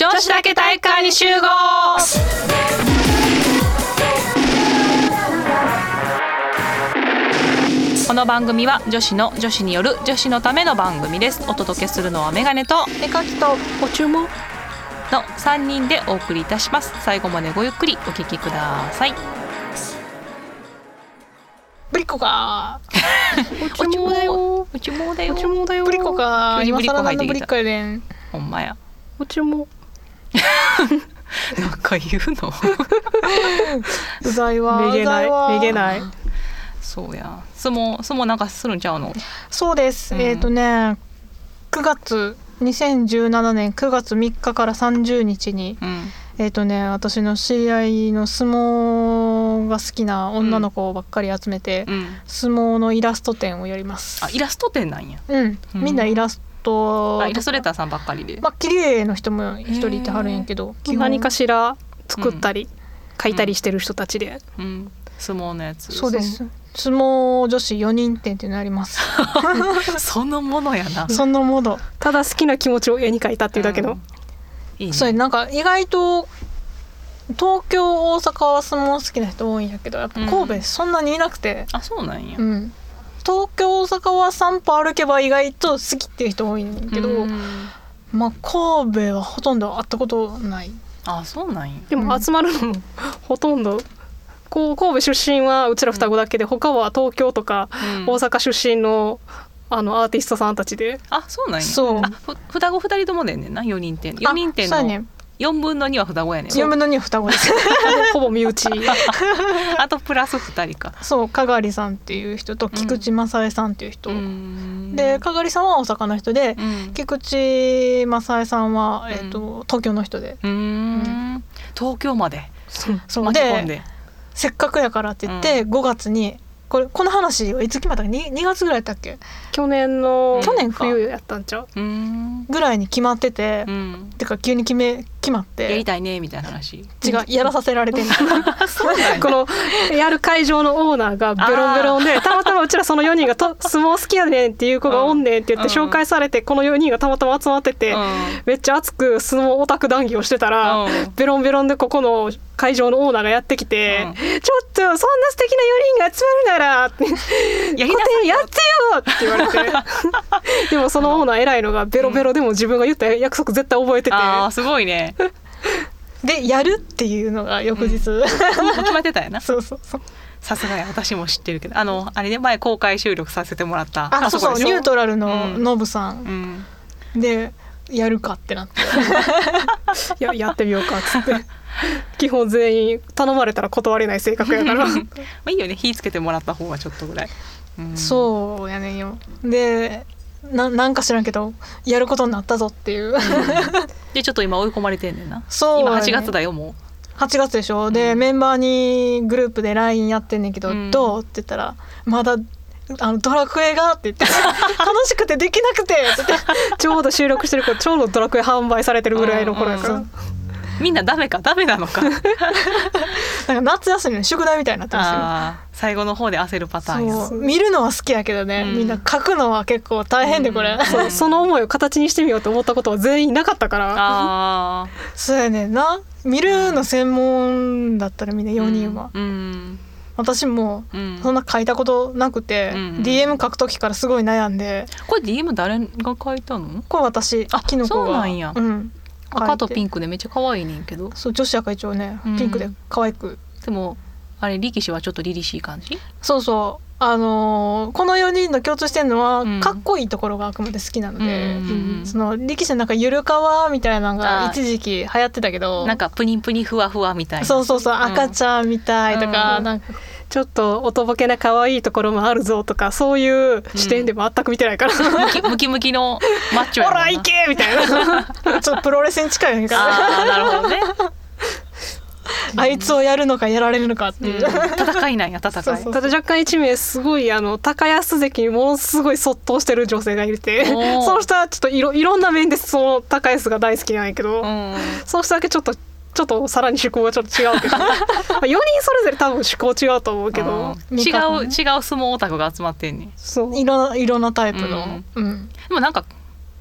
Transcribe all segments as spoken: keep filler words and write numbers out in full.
女子だけ体育館に集合。この番組は女子の女子による女子のための番組です。お届けするのはメガネと絵描きとご注文のさんにんでお送りいたします。最後までごゆっくりお聞きください。 ブリコがお注文だよ。お注文だよ。 お注文だよ。ブリコが今更なんのブリコやでん。 ほんまや。 お注文なんか言うのうざいわ。 めげないめげない。 そうや。相撲相撲なんかするんちゃうの？ そうです、うん、えっ、ー、とねくがつにせんじゅうななねんくがつみっかからさんじゅうにちに、うん、えっ、ー、とね私の知り合いの相撲が好きな女の子ばっかり集めて、うん、相撲のイラスト展をやります。 あ、イラスト展なんや。 うん、みんなイラスト、 あ、イラストレーターさんばっかりで、 まあ綺麗な人も一人いてはるんやけど、 何かしら作ったり、うん、描いたりしてる人たちで、 うんうん、相撲のやつ。 そうです。相撲女子よにん展っていうのありますそのものやな。 そのもの。 ただ好きな気持ちを絵に描いたっていうだけの、うん、 いいね。それなんか意外と東京大阪は相撲好きな人多いんやけど、やっぱ神戸そんなにいなくて、 うん、あ、そうなんや、 うん、東京大阪は散歩歩けば意外と好きっていう人多いんやけど、うん、まあ神戸はほとんど会ったことない。 あ、そうなんや。 でも集まるのもほとんどこう神戸出身はうちら双子だけで、うん、他は東京とか大阪出身の、あのアーティストさんたちで。 あ、そうなんや。 そう。 あ、ふ双子ふたりともでんねんな。よにん展よにん展のよんぶんのには双子やねん。 よんぶんのには双子ですほぼ身内あとプラスふたりか。 そう、かがりさんっていう人と菊池正恵さんっていう人、うん、でかがりさんは大阪の人で、うん、菊池正恵さんは、えーとうん、東京の人で、 うーん、うん、東京までそう巻き込んで、 せっかくやからって言って、うん、ごがつにこれこの話はいつ決まったか 2, にがつぐらいだったっけ？ 去年の去年か冬やったんちゃう？ うーんぐらいに決まってて、うん、てか急に決め決まってやりたいねみたいな話。 違う、やらさせられてんのこのやる会場のオーナーがベロンベロンで、たまたまうちらそのよにんがと相撲好きやねんっていう子がおんねんって言って紹介されて、このよにんがたまたま集まってて、うん、めっちゃ熱く相撲オタク談義をしてたら、うん、ベロンベロンでここの会場のオーナーがやってきて、うん、ちょっとそんな素敵なよにんが集まるならってやりなさいやってよって言われてでもそのオーナー偉いのがベロベロでも自分が言った約束絶対覚えてて、うん、 あーすごいねでやるっていうのが翌日、うん、もう決まってたよな。 そうそうそう、 さすがや、私も知ってるけど、あのあれね、前公開収録させてもらった、 あ、そうそう、ニュートラルのノブさん、うん、でやるかってなってや, やってみようかっつって基本全員頼まれたら断れない性格やからまあいいよね、火つけてもらった方がちょっとぐらい、 うん、そうやねんよ。で な, なんか知らんけどやることになったぞっていう、うん、 でちょっと今追い込まれてんねんな。 そう、ね、 今はちがつだよ、もうはちがつでしょ、うん、でメンバーにグループで ライン やってんねんけど、うん、どうって言ったらまだあのドラクエがって言って楽しくてできなくてって言ってちょうど収録してる頃ちょうどドラクエ販売されてるぐらいの頃やから、うんうん、 みんなダメかダメなのかなんか夏休みの宿題みたいになってますよ。 あ、最後の方で焦るパターンや。 そう見るのは好きやけどね、うん、みんな書くのは結構大変でこれ、うん、 そ, その思いを形にしてみようと思ったことは全員なかったから。 あそうやねんな、見るの専門だったらみんなよにんは、うんうん、私もそんな書いたことなくて、うん、ディーエム 書く時からすごい悩んで。 これ ディーエム 誰が書いたの？ これ私、キノコが。そうなんや、うん、 赤とピンクでめっちゃ可愛いねんけど。 そう、女子赤一応ね、ピンクで可愛く、うん、 でもあれ力士はちょっと凛々しい感じ。 そうそう、あのー、このよにんの共通してるのは、うん、かっこいいところがあくまで好きなので、うん、その力士のなんかゆるかわみたいなのが一時期流行ってたけど、 なんかプニンプニふわふわみたいな。 そうそうそう、赤ちゃんみたいとか、うん、なんかちょっとおとぼけな可愛いところもあるぞとか、そういう視点で全く見てないから、 うん、ムキムキムキのマッチョやもんな。 ほら行けみたいなちょっとプロレスに近いからあーなるほどねあいつをやるのかやられるのかっていう、うん、 戦いなんや、戦い。そうそうそう、 ただ若干いち名すごいあの高安関にものすごいそっとしてる女性がいてその人はちょっとい ろ, いろんな面でその高安が大好きなんやけど、うん、その人だけちょっとちょっとさらに趣向がちょっと違うけどまあよにんそれぞれ多分趣向違うと思うけど、 うん、違う違う相撲オタクが集まってんねん。 そう、いろいろなタイプの、うんうん、 でもなんか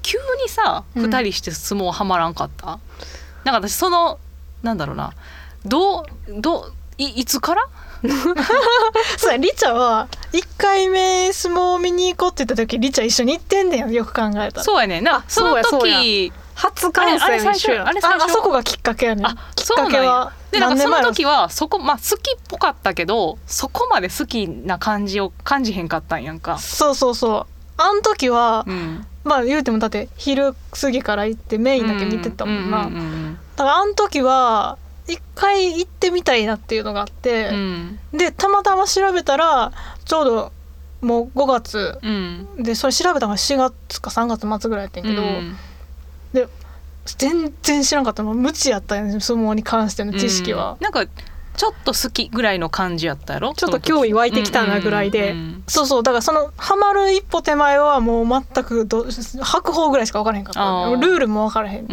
急にさふたりして相撲はまらんかった、うん、なんか私そのなんだろうなどうどう い, いつからそうやリチャはいっかいめ相撲を見に行こうって言った時リチャ一緒に行ってんねんよく考えたら。 そうやねんなその時初観戦一緒やあ, れあれ最初 あ, あそこがきっかけやねん。 あきっかけはでなんかその時はそこ、まあ、好きっぽかったけどそこまで好きな感じを感じへんかったんやんか。 そうそうそうあん時は、うん、まあ言うてもだって昼過ぎから行ってメインだけ見てたもんな、うんうんうんうん、だからあん時は一回行ってみたいなっていうのがあって、うん、でたまたま調べたらちょうどもうごがつ、うん、でそれ調べたのがしがつかさんがつ末ぐらいやってんけど、うん、で全然知らんかったの無知やったんや相撲に関しての知識は、 うん、なんかちょっと好きぐらいの感じやったやろ。 ちょっと興味湧いてきたなぐらいで、 うんうんうんうん、そうそうだからそのハマる一歩手前はもう全くど白鵬ぐらいしか分からへんかったルールも分からへん、うん、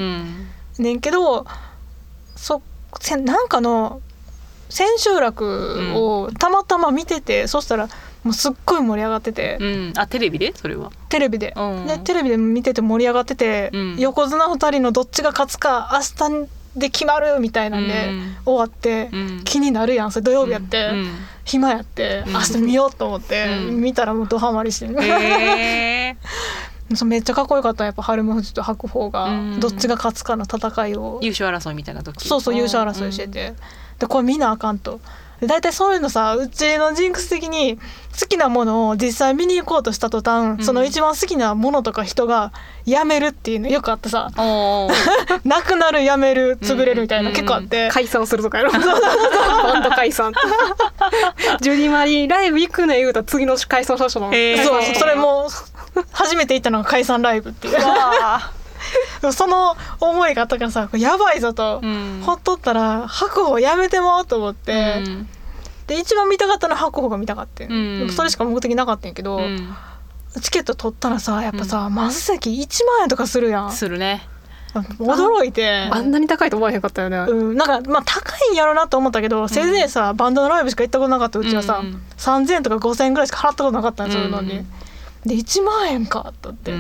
ねんけどそなんかの千秋楽をたまたま見てて、うん、そしたらもうすっごい盛り上がってて、 うん、あテレビでそれはテレビで、うん、でテレビで見てて盛り上がってて、うん、横綱ふたりのどっちが勝つか明日で決まるみたいなんで、うん、終わって、うん、気になるやんそれ土曜日やって、うん、暇やって、うん、明日見ようと思って、うん、見たらもうドハマりしてる、えー、めっちゃかっこよかったやっぱ春馬富士と白鵬がどっちが勝つかの戦いを優勝争いみたいな時そうそう優勝争いしてて、うん、でこれ見なあかんとだいたいそういうのさうちのジンクス的に好きなものを実際見に行こうとした途端、うん、その一番好きなものとか人が辞めるっていうのよくあってさなくなる辞める潰れるみたいな、うん、結構あって、 うん、解散するとかやろバンド解散ジュディマリライブ行くね言うたら次の解散した人のそうそれも初めて行ったのが解散ライブっていうその思いがあったからさやばいぞと、うん、ほっとったら白鵬やめてもらおうと思って、うん、で一番見たかったのは白鵬が見たかった、うん、それしか目的なかったんやけど、うん、チケット取ったらさやっぱさ、うん、マス席いちまんえんとかするやんするね驚いてあ, あんなに高いと思わへんかったよね、 うん、なんかまあ高いんやろなと思ったけど、うん、せいぜいさバンドのライブしか行ったことなかったうちはさ、うん、さんぜんえんとかごせんえんぐらいしか払ったことなかったんですよ、うん、のにでいちまんえんかと思って、うん、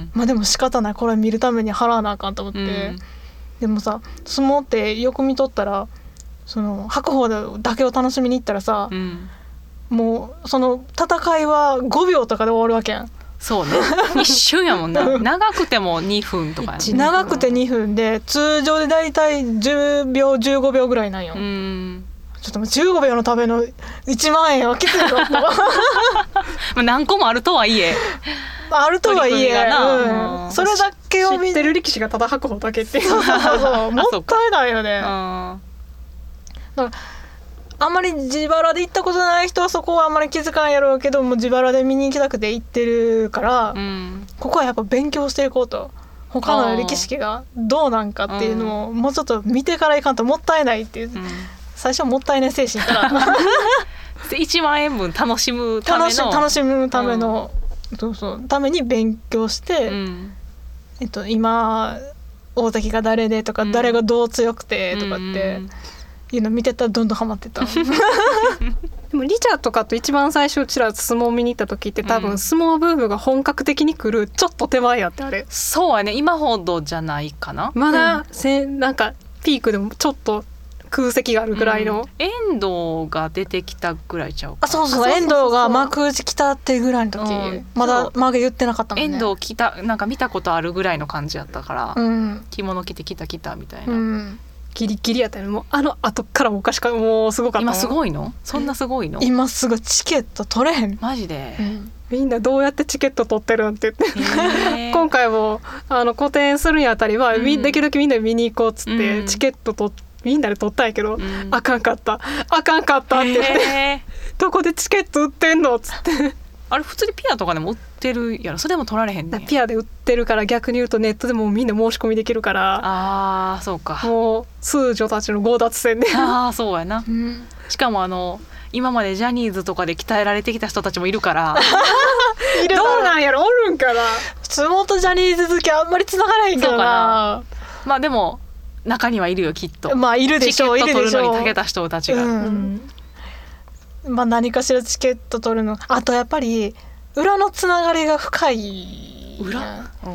まあでも仕方ないこれ見るために払わなあかんと思って、うん、でもさ相撲ってよく見とったらその白鵬だけを楽しみに行ったらさ、うん、もうその戦いはごびょうとかで終わるわけやんそうね一瞬やもんな長くてもにふんとかやね長くてにふんで通常でだいたいじゅうびょうじゅうごびょうぐらいなんよ、うんちょっともうじゅうごびょうのためのいちまんえんはきついぞと何個もあるとはいえあるとはいえ、うん、それだけを知ってる力士がただ白鵬だけっていうそうそうそうもったいないよねだからあんまり自腹で行ったことない人はそこはあんまり気づかんやろうけども自腹で見に行きたくて行ってるから、うん、ここはやっぱ勉強していこうと他の力士がどうなんかっていうのをもうちょっと見てからいかんともったいないっていう、うん最初はもったいない精神からいちまんえんぶん楽しむための楽しむための、うん、そうそうために勉強して、うんえっと、今大関が誰でとか、うん、誰がどう強くてとかっていうの見てたらどんどんハマってたでもリチャーとかと一番最初うちら相撲見に行った時って多分相撲ブームが本格的に来るちょっと手前やってあれそうやね今ほどじゃないかなまだ、うん、せなんかピークでもちょっと空席があるぐらいの、うん、 遠藤が出てきたぐらいちゃうかあそうそう遠藤が幕内来たってぐらいの時、うん、まだまげ言ってなかったもんね遠藤来たなんか見たことあるぐらいの感じやったから、うん、着物着て来た来たみたいな、うん、 ギリギリやったよねもうあの後からもおかしかもうすごかった今すごいのそんなすごいの今すぐチケット取れへんマジで、うんみんなどうやってチケット取ってるんって言って今回もあの個展するにあたりは、うん、できるだけみんな見に行こうっつって、うん、チケット取ってみんなで取ったんやけど、うん、あかんかったあかんかったって言ってどこでチケット売ってんのっつってあれ普通にピアとかでも売ってるやろそれでも取られへんねんピアで売ってるから逆に言うとネットでもみんな申し込みできるからあーそうかもう通女たちの強奪戦であーそうやな、うん、しかもあの今までジャニーズとかで鍛えられてきた人たちもいるからどうなんやろおるんかな相撲とジャニーズ好きあんまり繋がらへんからなまあでも中にはいるよきっとまあいるでしょうチケット取るのに長けた人たちが、うんうん、まあ何かしらチケット取るのあとやっぱり裏のつながりが深い裏、うん、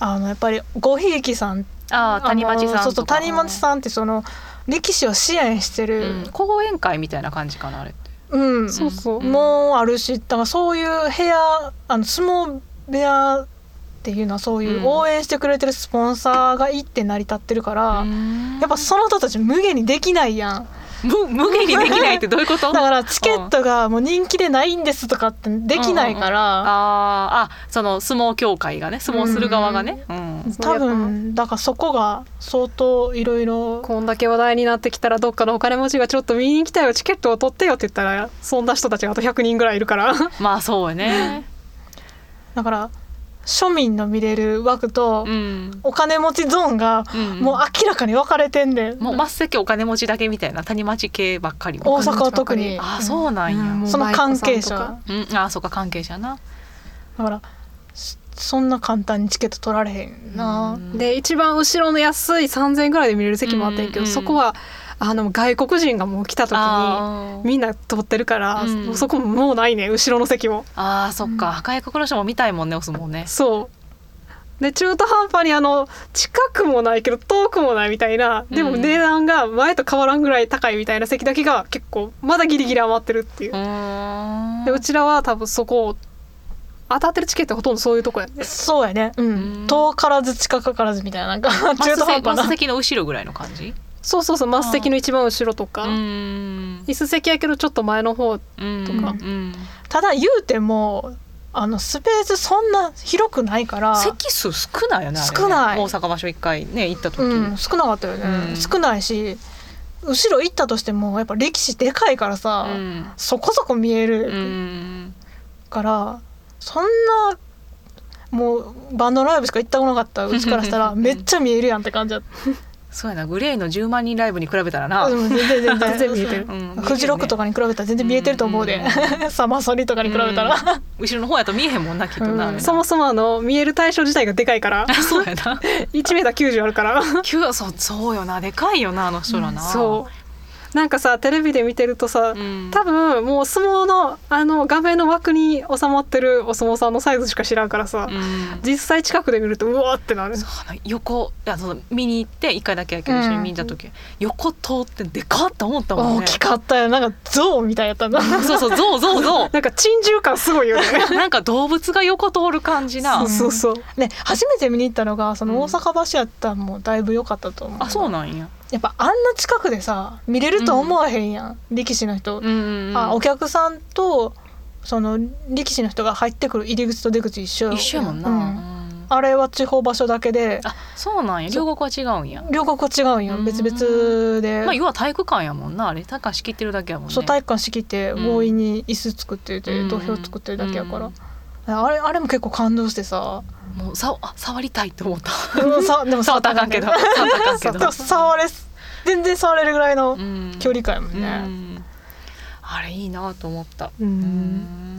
あのやっぱりごひいきさん、 あ谷町さんとか、 そうそう谷町さんってその力士を支援してる、 うん、講演会みたいな感じかなあれって。 うん、 そうそう、 もうあるし、だからそういう部屋、あの相撲部屋っていうのはそういう応援してくれてるスポンサーがいって成り立ってるから、うん、やっぱその人たち無限にできないやん。 無, 無限にできないってどういうことだからチケットがもう人気でないんですとかってできないから、うんうんうん、 ああその相撲協会がね、相撲する側がね、うんうん、 多分だからそこが相当いろいろこんだけ話題になってきたらどっかのお金持ちがちょっと見に来たよチケットを取ってよって言ったらそんな人たちがあとひゃくにんぐらいいるからまあそうよねだから庶民の見れる枠とお金持ちゾーンがもう明らかに分かれてんで、うん、 もう末席お金持ちだけみたいな谷町系ばっかり、 大阪は特に、 あそうなんや、 うん、その関係者、 うん、あそうか関係者な。 だからそんな簡単にチケット取られへんな、うん、 で一番後ろの安いさんぜんえんぐらいで見れる席もあったんやけど、うんうん、そこはあの外国人がもう来た時にみんな取ってるから、うん、そこももうないね後ろの席も。 あーそっか、うん、外国の人も見たいもんねお相撲ね。 そうで中途半端にあの近くもないけど遠くもないみたいな、でも値段が前と変わらんぐらい高いみたいな席だけが結構まだギリギリ余ってるっていう。うーんでうちらは多分そこを当たってるチケットほとんどそういうとこやね。 そうやね、うん、遠からず近からずみたいな、なんか中途半端な末席の後ろぐらいの感じ。 そうそうそう、末席の一番後ろとか、椅子席やけどちょっと前の方とか、うん、 ただ言うてもあのスペースそんな広くないから席数少ないよね。 少ない、 大阪場所いっかいね行った時、 うん、少なかったよね、うん、少ないし後ろ行ったとしてもやっぱ歴史でかいからさ、うん、そこそこ見える、うん、からそんなもうバンドライブしか行ったことなかったうちからしたらめっちゃ見えるやんって感じだったそうやな、グレーのじゅうまんにんライブに比べたらな、 うん、全然全然全然見えてる、うん、フジロックとかに比べたら全然見えてると思うで、うん、サマソニとかに比べたら、うん、 後ろの方やと見えへんもんなきっとな、 うん、そもそもあの見える対象自体がでかいからそうやないちメーターきゅうじゅうあるからそう、そうよな、でかいよなあの人らな、 うん、そうなんかさテレビで見てるとさ、うん、多分もう相撲のあの画面の枠に収まってるお相撲さんのサイズしか知らんからさ、うん、実際近くで見るとうわーってなる。 そう横いやその見に行っていっかいだけやけど一緒に見に行った時、うん、横通ってでかって思ったもんね。 大きかったよ、なんかゾウみたいやったなそうそうゾウゾウゾウなんか珍獣感すごいよねなんか動物が横通る感じな。 そうそうそう、 ね、初めて見に行ったのがその大阪橋やったらもうだいぶ良かったと思う、 うん、あそうなんや。 やっぱあんな近くでさ見れると思わへんやん、うん、力士の人、うんうんうん、あお客さんとその力士の人が入ってくる入り口と出口一緒一緒やもんな、 うん、あれは地方場所だけで。 あそうなんや、両国は違うんや。 両国は違うんや、別々で、 まあ要は体育館やもんな、あれ体育館仕切ってるだけやもんね。 そう体育館仕切って強引に椅子作ってて、うん、土俵作ってるだけやから、うん、あれあれも結構感動してさ、 もうさあ触りたいって思ったさでも触ったらあかんけど触ったらあかんけど触れ全然触れるぐらいの距離感やもんね、うん、 あれいいなと思った、 うんうん、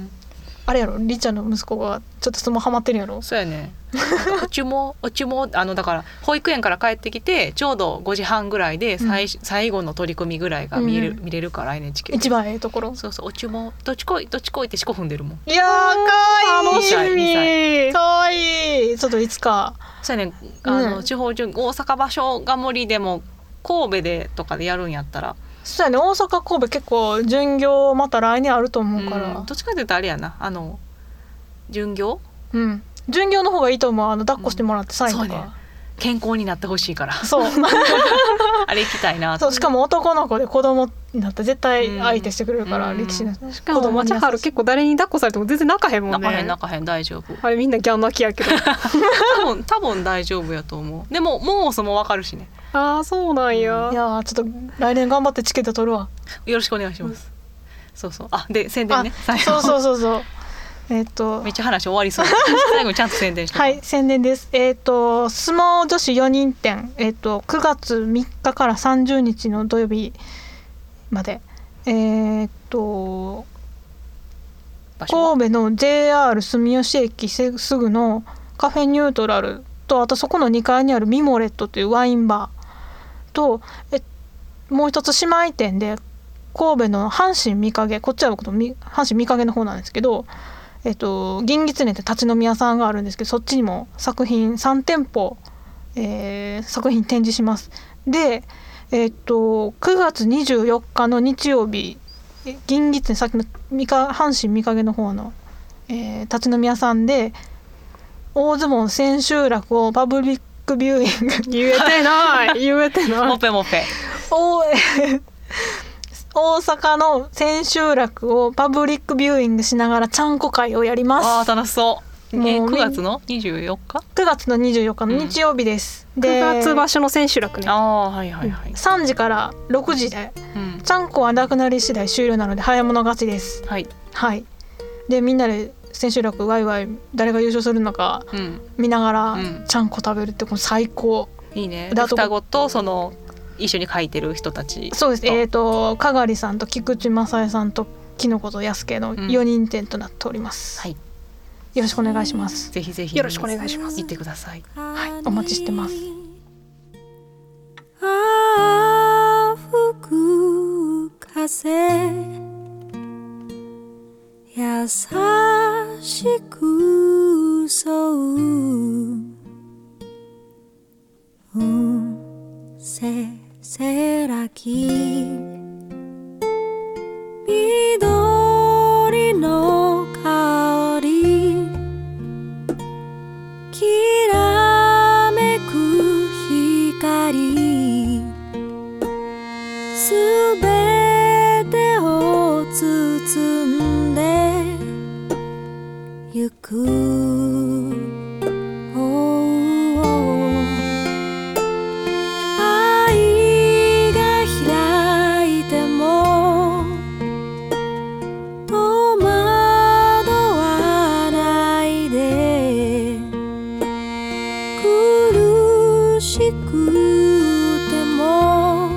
あれやろりちゃんの息子がちょっと相撲ハマってるやろ。 そうやねおちもおちもあのだから保育園から帰ってきてちょうどごじはんぐらいで 最,、うん、最後の取り組みぐらいが見える、うん、見れるから エヌエイチケー一番ええところ。 そうそうおちもどっちこいどっちこいって四股踏んでるもん。 いやーかわいい、 楽しみ、 かわいい。ちょっといつかそうやねあの、うん、地方順大阪場所が無理でも神戸でとかでやるんやったら。 そうやね、大阪神戸結構巡業また来年あると思うから、 うん、どっちかというとあれやなあの巡業うん巡業の方がいいと思う。あの抱っこしてもらってサインとか、うんそうね、 健康になってほしいからそうあれ行きたいなそうしかも男の子で子供になったら絶対相手してくれるから、うん、力士のしかも町春結構誰に抱っこされても全然泣かへんもんね。 泣かへん泣かへん大丈夫。 あれみんなギャン泣きやけど多分多分大丈夫やと思う。でももうそも分かるしね。 ああそうなんや、 うん、いやちょっと来年頑張ってチケット取るわ。 よろしくお願いします、うん、そうそうあで宣伝ねそうそうそうそうえー、とめっちゃ話終わりそう最後にちゃんと宣伝してはい宣伝です。えっ、ー、と相撲女子よにん展、えー、とくがつみっかからさんじゅうにちの土曜日までえっ、ー、と神戸の ジェイアール 住吉駅すぐのカフェニュートラルとあとそこのにかいにあるミモレットというワインバーとえもう一つ姉妹店で神戸の阪神御影こっちは僕の阪神御影の方なんですけどえっと、銀狐って立ち飲み屋さんがあるんですけど、そっちにも作品さん店舗、えー、作品展示します。で、えっと、くがつにじゅうよっかの日曜日、銀狐、さっきの三か阪神御影の方の、えー、立ち飲み屋さんで大相撲千秋楽をパブリックビューイング言えてない言えてないもぺもぺお大阪の千秋楽をパブリックビューイングしながらちゃんこ会をやります。 あー楽しそうもうえくがつのにじゅうよっかくがつのにじゅうよっかの日曜日です、うん、でくがつ場所の千秋楽ね。 ああはいはいはい、 さんじからろくじで、 うん、 ちゃんこはなくなり次第終了なので早物勝ちです。 はい、 はい、でみんなで千秋楽ワイワイ誰が優勝するのか見ながら、うん、ちゃんこ食べるってこの最高いいね。で双子とその一緒に書いてる人たち。 そうです。えっ、ー、とかがりさんと菊池正恵さんときのことやすけのよにん展となっております、うん、はい、よろしくお願いします。 ぜひぜひよろしくお願いします。 行ってください。 はい、お待ちしてます。 あ吹く風優しくそううんせせらぎ緑の香りきらめく光すべてを包んでゆく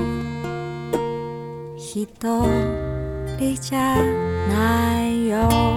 一人じゃないよ